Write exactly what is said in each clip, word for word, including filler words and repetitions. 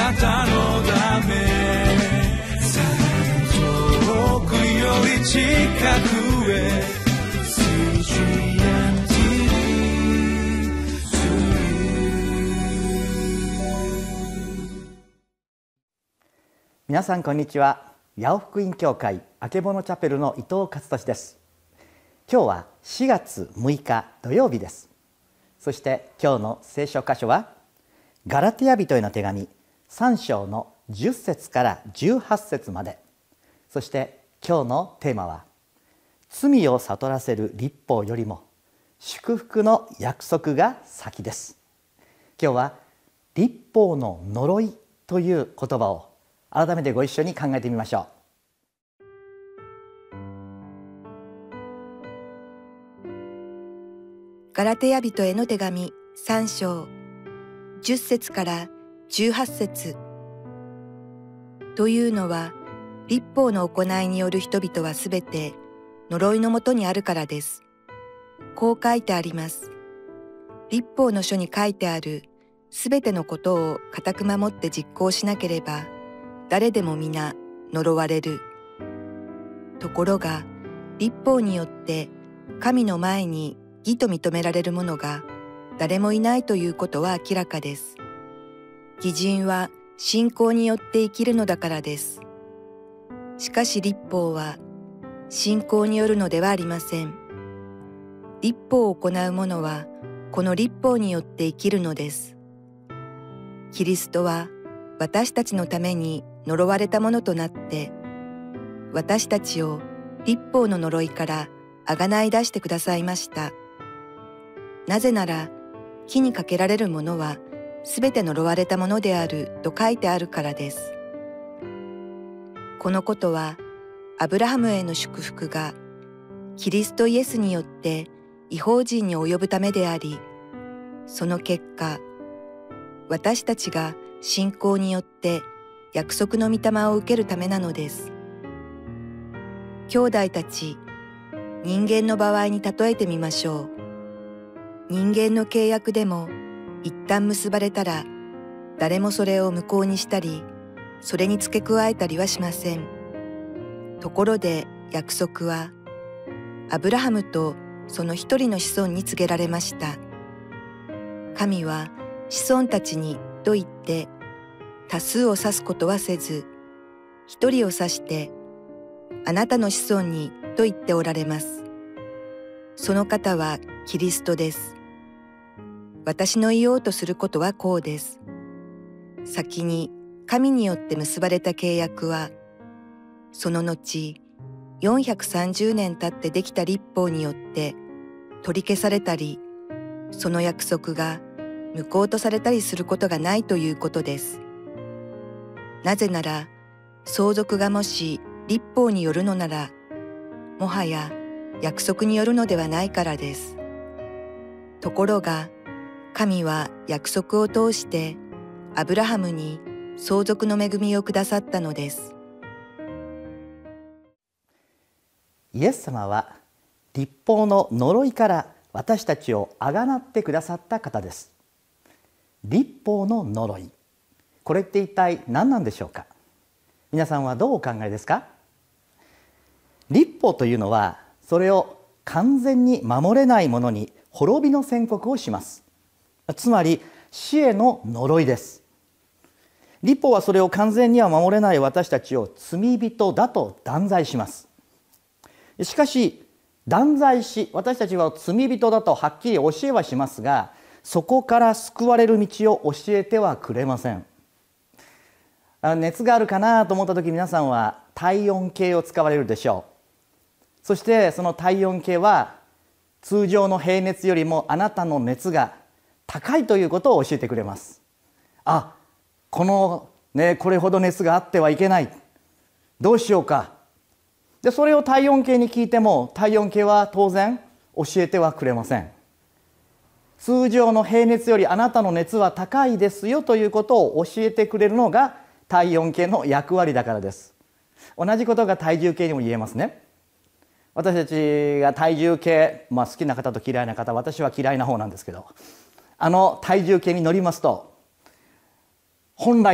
なたのため遠くより近くへ皆さんこんにちは。八尾福音教会あけぼのチャペルの伊藤勝利です。今日はしがつむいか土曜日です。そして今日の聖書箇所はガラテヤ人への手紙さん章のじゅっ節からじゅうはち節まで。そして今日のテーマは罪を悟らせる律法よりも祝福の約束が先です。今日は律法の呪いという言葉を改めてご一緒に考えてみましょう。ガラテヤ人への手紙さん章じゅっ節からじゅうはち節。というのは律法の行いによる人々はすべて呪いのもとにあるからです。こう書いてあります。律法の書に書いてあるすべてのことを固く守って実行しなければ誰でも皆呪われる。ところが律法によって神の前に義と認められる者が誰もいないということは明らかです。義人は信仰によって生きるのだからです。しかし律法は信仰によるのではありません。律法を行う者はこの律法によって生きるのです。キリストは私たちのために呪われたものとなって私たちを律法の呪いからあがない出してくださいました。なぜなら木にかけられるものはすべて呪われたものであると書いてあるからです。このことはアブラハムへの祝福がキリストイエスによって異邦人に及ぶためであり、その結果私たちが信仰によって約束の御霊を受けるためなのです。兄弟たち、人間の場合に例えてみましょう。人間の契約でも一旦結ばれたら誰もそれを無効にしたり、それに付け加えたりはしません。ところで約束はアブラハムとその一人の子孫に告げられました。神は子孫たちにと言って多数を指すことはせず、一人を指してあなたの子孫にと言っておられます。その方はキリストです。私の言おうとすることはこうです。先に神によって結ばれた契約は、その後よんひゃくさんじゅうねん経ってできた律法によって取り消されたり、その約束が無効とされたりすることがないということです。なぜなら、相続がもし律法によるのなら、もはや約束によるのではないからです。ところが、神は約束を通してアブラハムに相続の恵みをくださったのです。 イエス様は律法の呪いから私たちをあがなってくださった方です。律法の呪い、これって一体何なんでしょうか。皆さんはどうお考えですか。律法というのはそれを完全に守れない者に滅びの宣告をします。つまり死への呪いです。律法はそれを完全には守れない私たちを罪人だと断罪します。しかし断罪し私たちは罪人だとはっきり教えはしますが、そこから救われる道を教えてはくれません。熱があるかなと思った時、皆さんは体温計を使われるでしょう。そしてその体温計は通常の平熱よりもあなたの熱が高いということを教えてくれます。あ、このねこれほど熱があってはいけない、どうしようか。でそれを体温計に聞いても体温計は当然教えてはくれません。通常の平熱よりあなたの熱は高いですよということを教えてくれるのが体温計の役割だからです。同じことが体重計にも言えますね。私たちが体重計、まあ、好きな方と嫌いな方、私は嫌いな方なんですけど、あの体重計に乗りますと本来の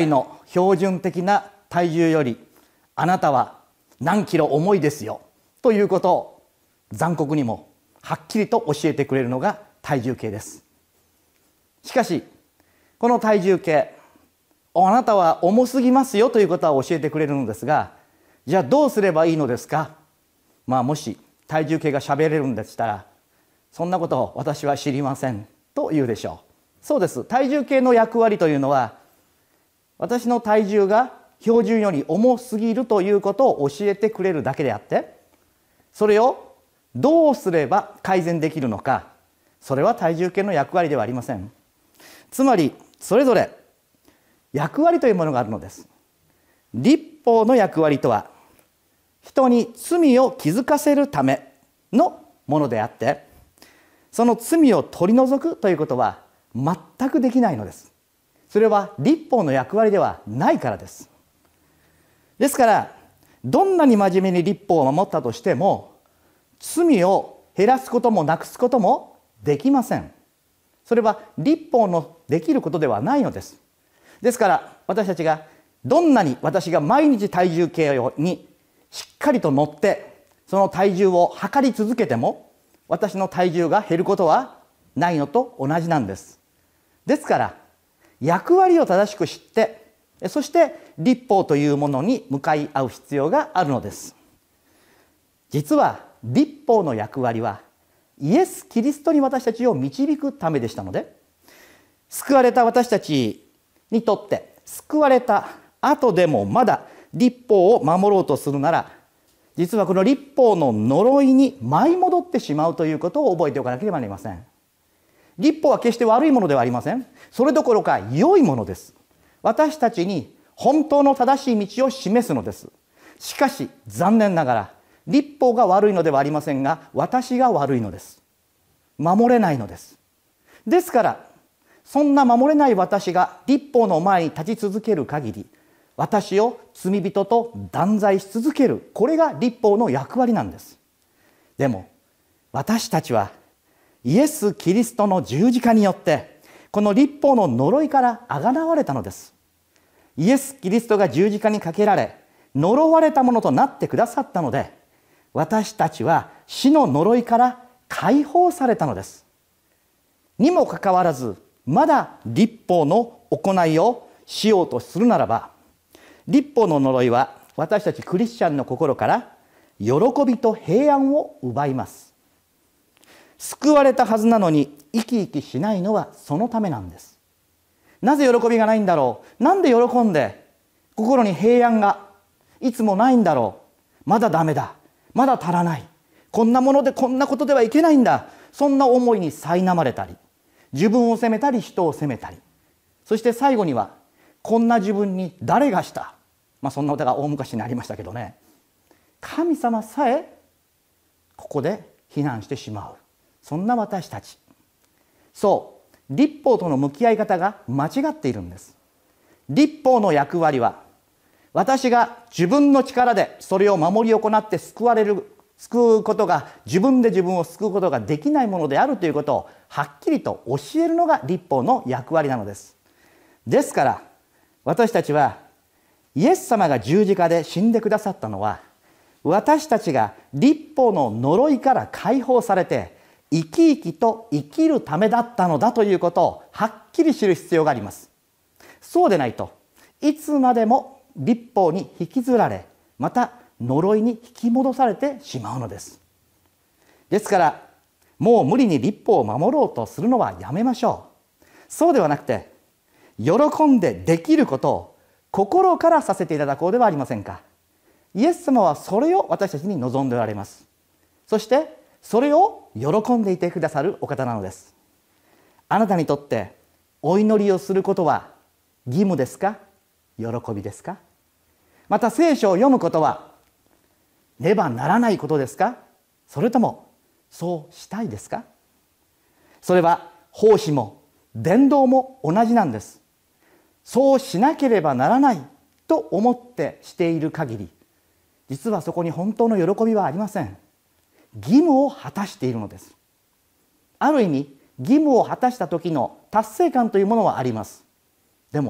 標準的な体重よりあなたは何キロ重いですよということを残酷にもはっきりと教えてくれるのが体重計です。しかしこの体重計、あなたは重すぎますよということは教えてくれるのですが、じゃあどうすればいいのですか。まあもし体重計がしゃべれるんでしたら、そんなことを私は知りませんと言うでしょう。そうです。体重計の役割というのは、私の体重が標準より重すぎるということを教えてくれるだけであって、それをどうすれば改善できるのか、それは体重計の役割ではありません。つまりそれぞれ役割というものがあるのです。律法の役割とは、人に罪を気づかせるためのものであって、その罪を取り除くということは全くできないのです。それは律法の役割ではないからです。ですからどんなに真面目に律法を守ったとしても、罪を減らすこともなくすこともできません。それは律法のできることではないのです。ですから私たちがどんなに私が毎日体重計にしっかりと乗ってその体重を測り続けても、私の体重が減ることはないのと同じなんです。ですから役割を正しく知って、そして律法というものに向かい合う必要があるのです。実は律法の役割はイエス・キリストに私たちを導くためでしたので、救われた私たちにとって、救われた後でもまだ律法を守ろうとするなら、実はこの律法の呪いに舞い戻ってしまうということを覚えておかなければなりません。律法は決して悪いものではありません。それどころか良いものです。私たちに本当の正しい道を示すのです。しかし残念ながら律法が悪いのではありませんが、私が悪いのです。守れないのです。ですからそんな守れない私が律法の前に立ち続ける限り、私を罪人と断罪し続ける、これが律法の役割なんです。でも私たちはイエス・キリストの十字架によってこの律法の呪いからあがなわれたのです。イエス・キリストが十字架にかけられ呪われたものとなってくださったので、私たちは死の呪いから解放されたのです。にもかかわらずまだ律法の行いをしようとするならば、律法の呪いは私たちクリスチャンの心から喜びと平安を奪います。救われたはずなのに生き生きしないのはそのためなんです。なぜ喜びがないんだろう。なんで喜んで心に平安がいつもないんだろう。まだダメだ、まだ足らない、こんなものでこんなことではいけないんだ、そんな思いに苛まれたり、自分を責めたり人を責めたり、そして最後にはこんな自分に誰がした、まあそんな歌が大昔にありましたけどね、神様さえここで非難してしまう、そんな私たち。そう律法との向き合い方が間違っているんです。律法の役割は私が自分の力でそれを守り行って救われる、救うことが、自分で自分を救うことができないものであるということをはっきりと教えるのが律法の役割なのです。ですから私たちはイエス様が十字架で死んでくださったのは、私たちが律法の呪いから解放されて生き生きと生きるためだったのだということをはっきり知る必要があります。そうでないといつまでも律法に引きずられ、また呪いに引き戻されてしまうのです。ですからもう無理に律法を守ろうとするのはやめましょう。そうではなくて、喜んでできることを心からさせていただこうではありませんか。イエス様はそれを私たちに望んでおられます。そしてそれを喜んでいてくださるお方なのです。あなたにとってお祈りをすることは義務ですか、喜びですか。また聖書を読むことはねばならないことですか、それともそうしたいですか。それは奉仕も伝道も同じなんです。そうしなければならないと思ってしている限り、実はそこに本当の喜びはありません。義務を果たしているのです。ある意味義務を果たした時の達成感というものはあります。でも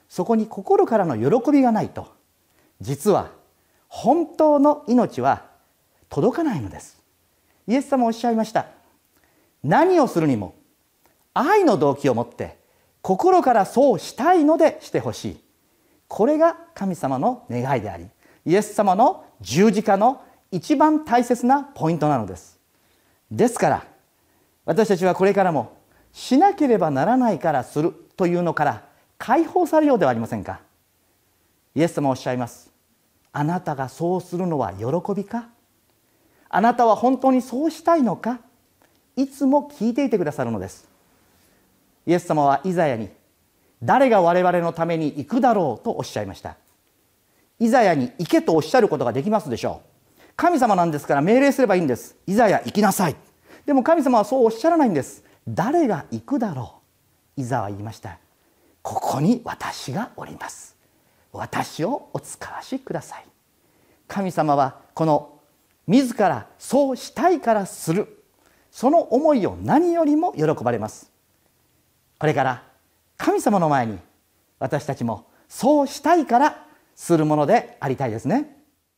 そこに心からの喜びがないと、実は本当の命は届かないのです。イエス様おっしゃいました。何をするにも愛の動機を持って心からそうしたいのでしてほしい。これが神様の願いであり、イエス様の十字架の一番大切なポイントなのです。ですから私たちはこれからもしなければならないからするというのから解放されようではありませんか。イエス様おっしゃいます。あなたがそうするのは喜びか。あなたは本当にそうしたいのか。いつも聞いていてくださるのです。イエス様はイザヤに、誰が我々のために行くだろうとおっしゃいました。イザヤに行けとおっしゃることができますでしょう。神様なんですから命令すればいいんです。イザヤ行きなさい。でも神様はそうおっしゃらないんです。誰が行くだろう。イザヤは言いました。ここに私がおります。私をお使わしください。神様はこの自らそうしたいからする、その思いを何よりも喜ばれます。これから神様の前に私たちもそうしたいからするものでありたいですね。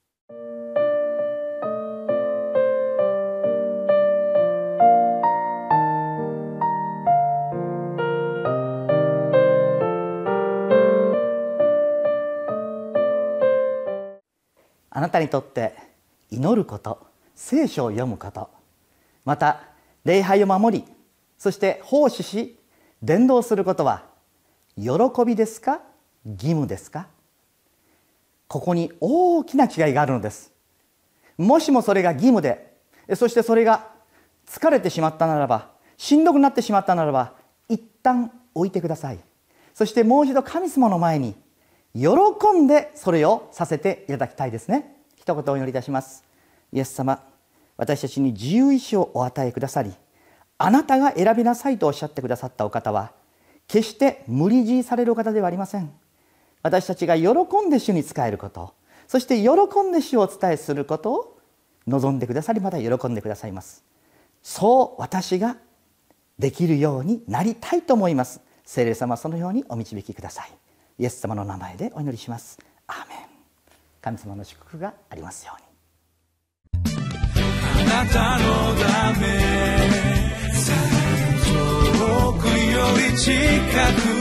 あなたにとって祈ること、聖書を読むこと、また礼拝を守り、そして奉仕し伝道することは喜びですか、義務ですか。ここに大きな違いがあるのです。もしもそれが義務で、そしてそれが疲れてしまったならば、しんどくなってしまったならば、一旦置いてください。そしてもう一度神様の前に喜んでそれをさせていただきたいですね。一言お祈りいたします。イエス様、私たちに自由意志をお与えくださり、あなたが選びなさいとおっしゃってくださったお方は決して無理強いされるお方ではありません。私たちが喜んで主に仕えること、そして喜んで主をお伝えすることを望んでくださり、また喜んでくださいます。そう私ができるようになりたいと思います。聖霊様、そのようにお導きください。イエス様の名前でお祈りします。アーメン。神様の祝福がありますように。 あなたのため遠くより近く